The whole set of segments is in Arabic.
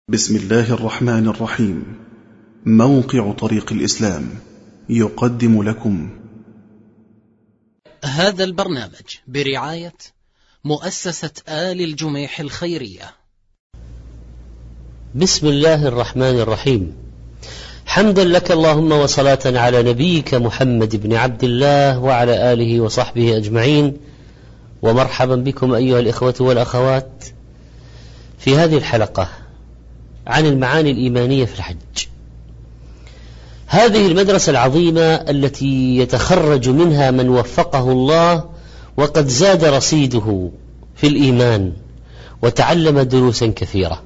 بسم الله الرحمن الرحيم. موقع طريق الإسلام يقدم لكم هذا البرنامج برعاية مؤسسة آل الجميح الخيرية. بسم الله الرحمن الرحيم. حمدا لك اللهم وصلاة على نبيك محمد بن عبد الله وعلى آله وصحبه أجمعين، ومرحبا بكم أيها الإخوة والأخوات في هذه الحلقة عن المعاني الإيمانية في الحج. هذه المدرسة العظيمة التي يتخرج منها من وفقه الله وقد زاد رصيده في الإيمان وتعلم دروسا كثيرة.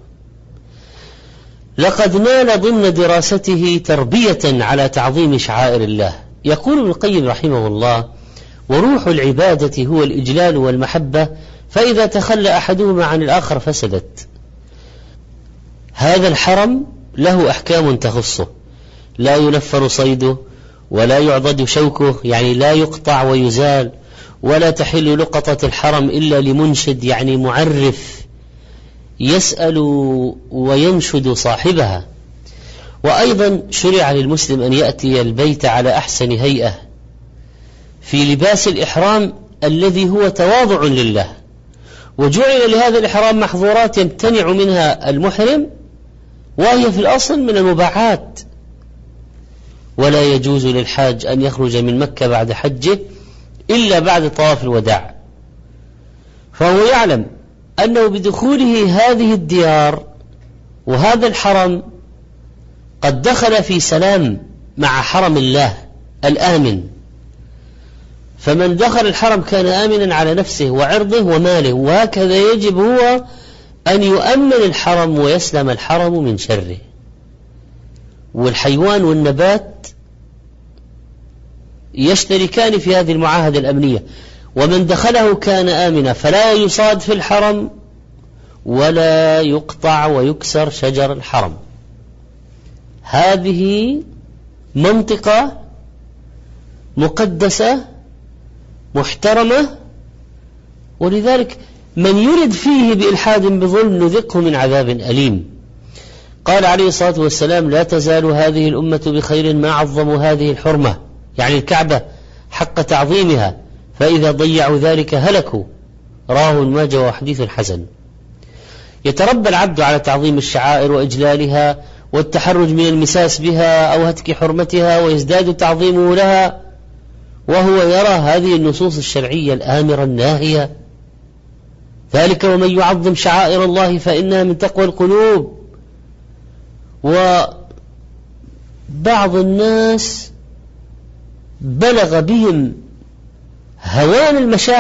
لقد نال ضمن دراسته تربية على تعظيم شعائر الله. يقول ابن القيم رحمه الله: وروح العبادة هو الإجلال والمحبة، فإذا تخلى أحدهما عن الآخر فسدت. هذا الحرم له أحكام تخصه، لا ينفر صيده ولا يعضد شوكه، يعني لا يقطع ويزال، ولا تحل لقطة الحرم إلا لمنشد، يعني معرف يسأل وينشد صاحبها. وأيضا شرع للمسلم أن يأتي البيت على أحسن هيئة في لباس الإحرام الذي هو تواضع لله، وجعل لهذا الإحرام محظورات يمتنع منها المحرم، وهي في الأصل من المباحات. ولا يجوز للحاج أن يخرج من مكة بعد حجه إلا بعد طواف الوداع، فهو يعلم أنه بدخوله هذه الديار وهذا الحرم قد دخل في سلام مع حرم الله الآمن. فمن دخل الحرم كان آمنا على نفسه وعرضه وماله، وهكذا يجب هو أن يؤمن الحرم ويسلم الحرم من شره. والحيوان والنبات يشتركان في هذه المعاهدة الأمنية، ومن دخله كان آمنا، فلا يصاد في الحرم ولا يقطع ويكسر شجر الحرم. هذه منطقة مقدسة محترمة، ولذلك من يرد فيه بإلحاد بظلم نذقه من عذاب أليم. قال عليه الصلاة والسلام: لا تزال هذه الأمة بخير ما عظموا هذه الحرمة، يعني الكعبة حق تعظيمها، فإذا ضيعوا ذلك هلكوا. رواه ابن ماجه وحديث حسن. يتربى العبد على تعظيم الشعائر وإجلالها والتحرج من المساس بها أو هتك حرمتها، ويزداد تعظيمه لها وهو يرى هذه النصوص الشرعية الآمرة الناهية. ذلك ومن يعظم شعائر الله فإنها من تقوى القلوب. وبعض الناس بلغ بهم هوان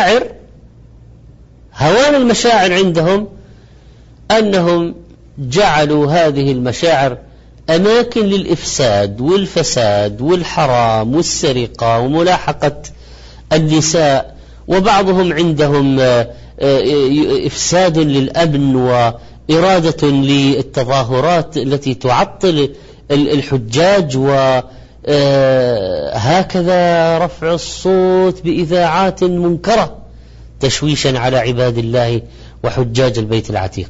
المشاعر عندهم أنهم جعلوا هذه المشاعر أماكن للإفساد والفساد والحرام والسرقة وملاحقة النساء، وبعضهم عندهم إفساد للأمن وإرادة للتظاهرات التي تعطل الحجاج، وهكذا رفع الصوت بإذاعات منكرة تشويشا على عباد الله وحجاج البيت العتيق.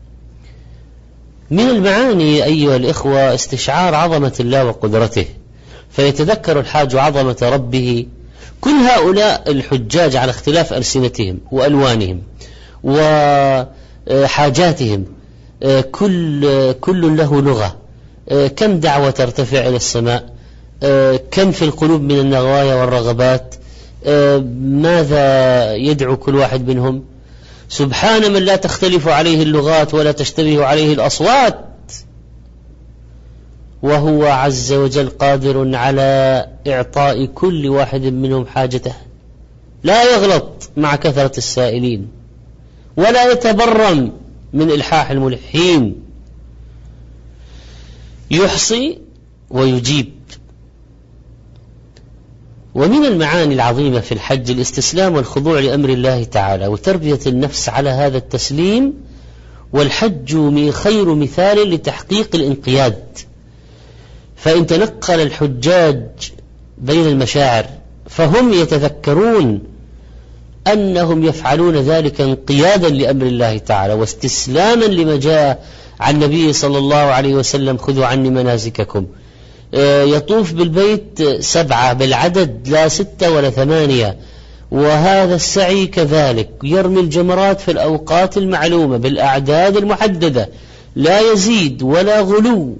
من المعاني أيها الإخوة استشعار عظمة الله وقدرته، فيتذكر الحاج عظمة ربه. كل هؤلاء الحجاج على اختلاف ألسنتهم وألوانهم وحاجاتهم، كل له لغة. كم دعوة ترتفع إلى السماء، كم في القلوب من النوايا والرغبات، ماذا يدعو كل واحد منهم. سبحان من لا تختلف عليه اللغات ولا تشتبه عليه الأصوات، وهو عز وجل قادر على إعطاء كل واحد منهم حاجته، لا يغلط مع كثرة السائلين ولا يتبرم من إلحاح الملحين، يحصي ويجيب. ومن المعاني العظيمة في الحج الاستسلام والخضوع لأمر الله تعالى وتربية النفس على هذا التسليم. والحج خير مثال لتحقيق الانقياد، فإن تنقل الحجاج بين المشاعر فهم يتذكرون أنهم يفعلون ذلك انقيادا لأمر الله تعالى واستسلاما لما جاء عن النبي صلى الله عليه وسلم: خذوا عني مناسككم. يطوف بالبيت 7 بالعدد، لا 6 ولا 8. وهذا السعي كذلك، يرمي الجمرات في الأوقات المعلومة بالأعداد المحددة، لا يزيد ولا غلو.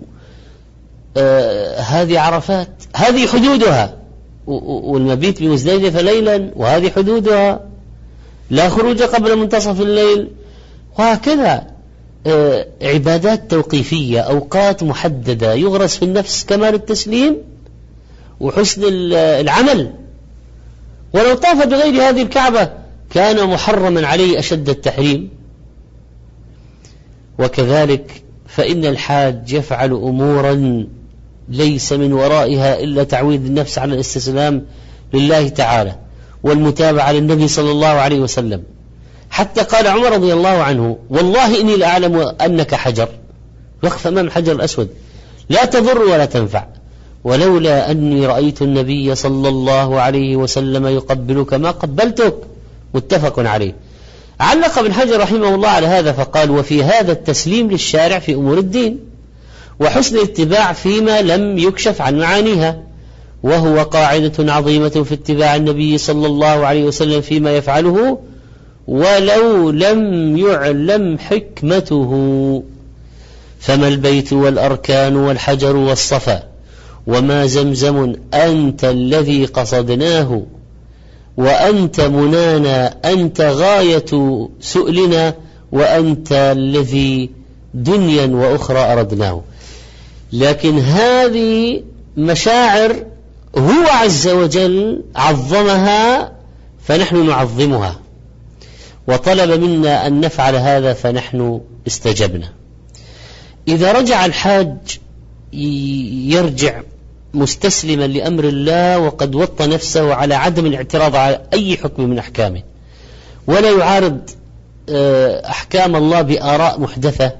هذه عرفات، هذه حدودها. والمبيت بمزدلفة ليلا، وهذه حدودها، لا خروج قبل منتصف الليل. وهكذا عبادات توقيفية، أوقات محددة، يغرس في النفس كمال التسليم وحسن العمل. ولو طاف بغير هذه الكعبة كان محرما عليه أشد التحريم. وكذلك فإن الحاج يفعل أمورا ليس من ورائها إلا تعويد النفس على الاستسلام لله تعالى والمتابعة للنبي صلى الله عليه وسلم. حتى قال عمر رضي الله عنه: والله إني لأعلم أنك حجر، وقف أمام الحجر الأسود، لا تضر ولا تنفع، ولولا أني رأيت النبي صلى الله عليه وسلم يقبلك ما قبلتك. متفق عليه. علق ابن حجر رحمه الله على هذا فقال: وفي هذا التسليم للشارع في أمور الدين، وحسن الاتباع فيما لم يكشف عن معانيها، وهو قاعدة عظيمة في اتباع النبي صلى الله عليه وسلم فيما يفعله ولو لم يعلم حكمته. فما البيت والأركان والحجر والصفا وما زمزم أنت الذي قصدناه، وأنت منانا، أنت غاية سؤلنا، وأنت الذي دنيا وأخرى أردناه. لكن هذه مشاعر هو عز وجل عظمها فنحن نعظمها، وطلب منا أن نفعل هذا فنحن استجبنا. إذا رجع الحاج يرجع مستسلما لأمر الله، وقد وطى نفسه على عدم الاعتراض على أي حكم من أحكامه، ولا يعارض أحكام الله بآراء محدثة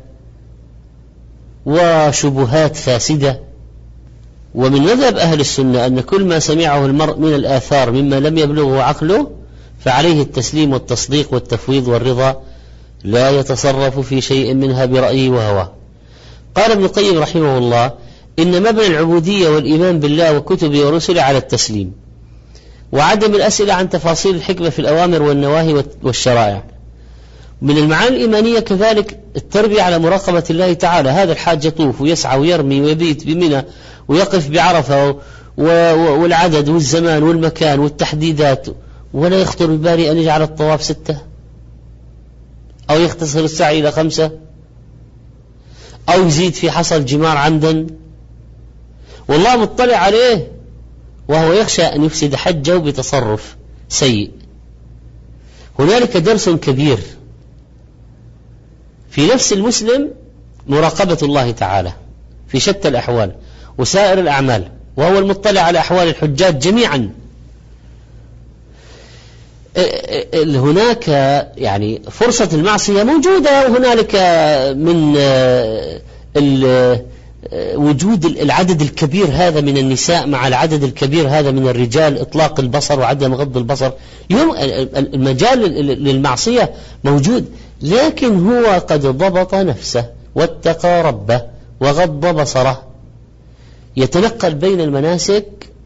وشبهات فاسدة. ومن مذهب أهل السنة أن كل ما سمعه المرء من الآثار مما لم يبلغه عقله فعليه التسليم والتصديق والتفويض والرضا، لا يتصرف في شيء منها برأيه وهواه. قال ابن القيم رحمه الله: إن مبنى العبودية والإيمان بالله وكتبه ورسله على التسليم، وعدم الأسئلة عن تفاصيل الحكمة في الأوامر والنواهي والشرائع. من المعاني الإيمانية كذلك التربية على مراقبة الله تعالى. هذا الحاج يطوف ويسعى ويرمي ويبيت بمنى ويقف بعرفة، والعدد والزمان والمكان والتحديدات، ولا يخطر ببالي أن يجعل الطواف 6 أو يختصر السعي إلى 5 أو يزيد في حصل جمار عمدا، والله مطلع عليه، وهو يخشى أن يفسد حجه بتصرف سيء. هنالك درس كبير في نفس المسلم، مراقبة الله تعالى في شتى الأحوال وسائر الأعمال، وهو المطلع على أحوال الحجاج جميعا. هناك يعني فرصة المعصية موجودة، وهنالك من وجود العدد الكبير هذا من النساء مع العدد الكبير هذا من الرجال، إطلاق البصر وعدم غض البصر، المجال للمعصية موجود، لكن هو قد ضبط نفسه واتقى ربه وغض بصره، يتنقل بين المناسك،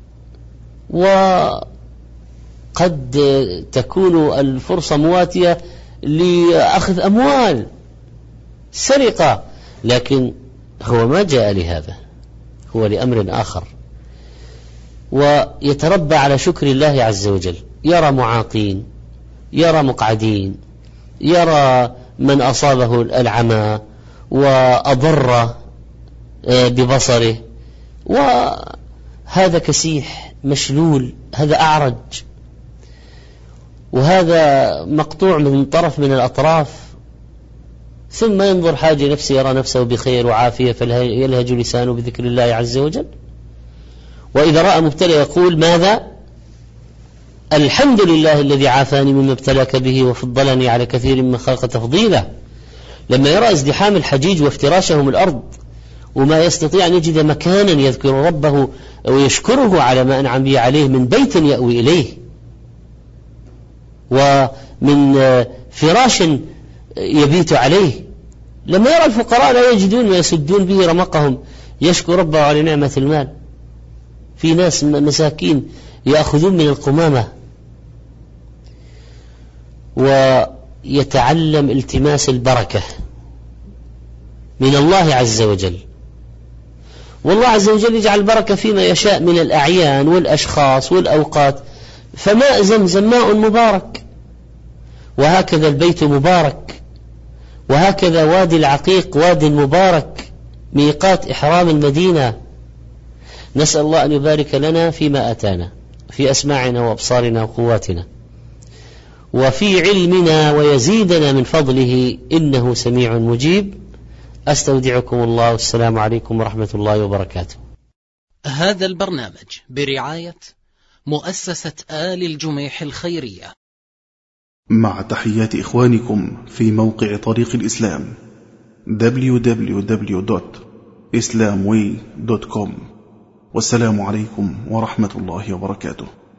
وقد تكون الفرصة مواتية لأخذ أموال سرقة، لكن هو ما جاء لهذا، هو لأمر آخر. ويتربى على شكر الله عز وجل، يرى معاقين، يرى مقعدين، يرى من أصابه العمى وأضر ببصره، وهذا كسيح مشلول، هذا أعرج، وهذا مقطوع من طرف من الأطراف، ثم ينظر حاجة نفسه يرى نفسه بخير وعافية فيلهج لسانه بذكر الله عز وجل. وإذا رأى مبتلى يقول ماذا؟ الحمد لله الذي عافاني مما ابتلاك به وفضلني على كثير من خلق تفضيلا. لما يرى ازدحام الحجيج وافتراشهم الأرض وما يستطيع أن يجد مكانا يذكر ربه ويشكره على ما أنعم به عليه من بيت يأوي إليه، ومن فراش يبيت عليه، لما يرى الفقراء لا يجدون ما يسدون به رمقهم يشكو ربه على نعمة المال. في ناس مساكين يأخذون من القمامة. ويتعلم التماس البركة من الله عز وجل، والله عز وجل يجعل البركة فيما يشاء من الأعيان والأشخاص والأوقات. فماء زمزم ماء مبارك، وهكذا البيت مبارك، وهكذا وادي العقيق واد مبارك ميقات إحرام المدينة. نسأل الله أن يبارك لنا فيما آتانا، في أسماعنا وأبصارنا وقواتنا، وفي علمنا، ويزيدنا من فضله إنه سميع مجيب. أستودعكم الله، والسلام عليكم ورحمة الله وبركاته. هذا البرنامج برعاية مؤسسة آل الجميح الخيرية، مع تحيات إخوانكم في موقع طريق الإسلام www.islamway.com. والسلام عليكم ورحمة الله وبركاته.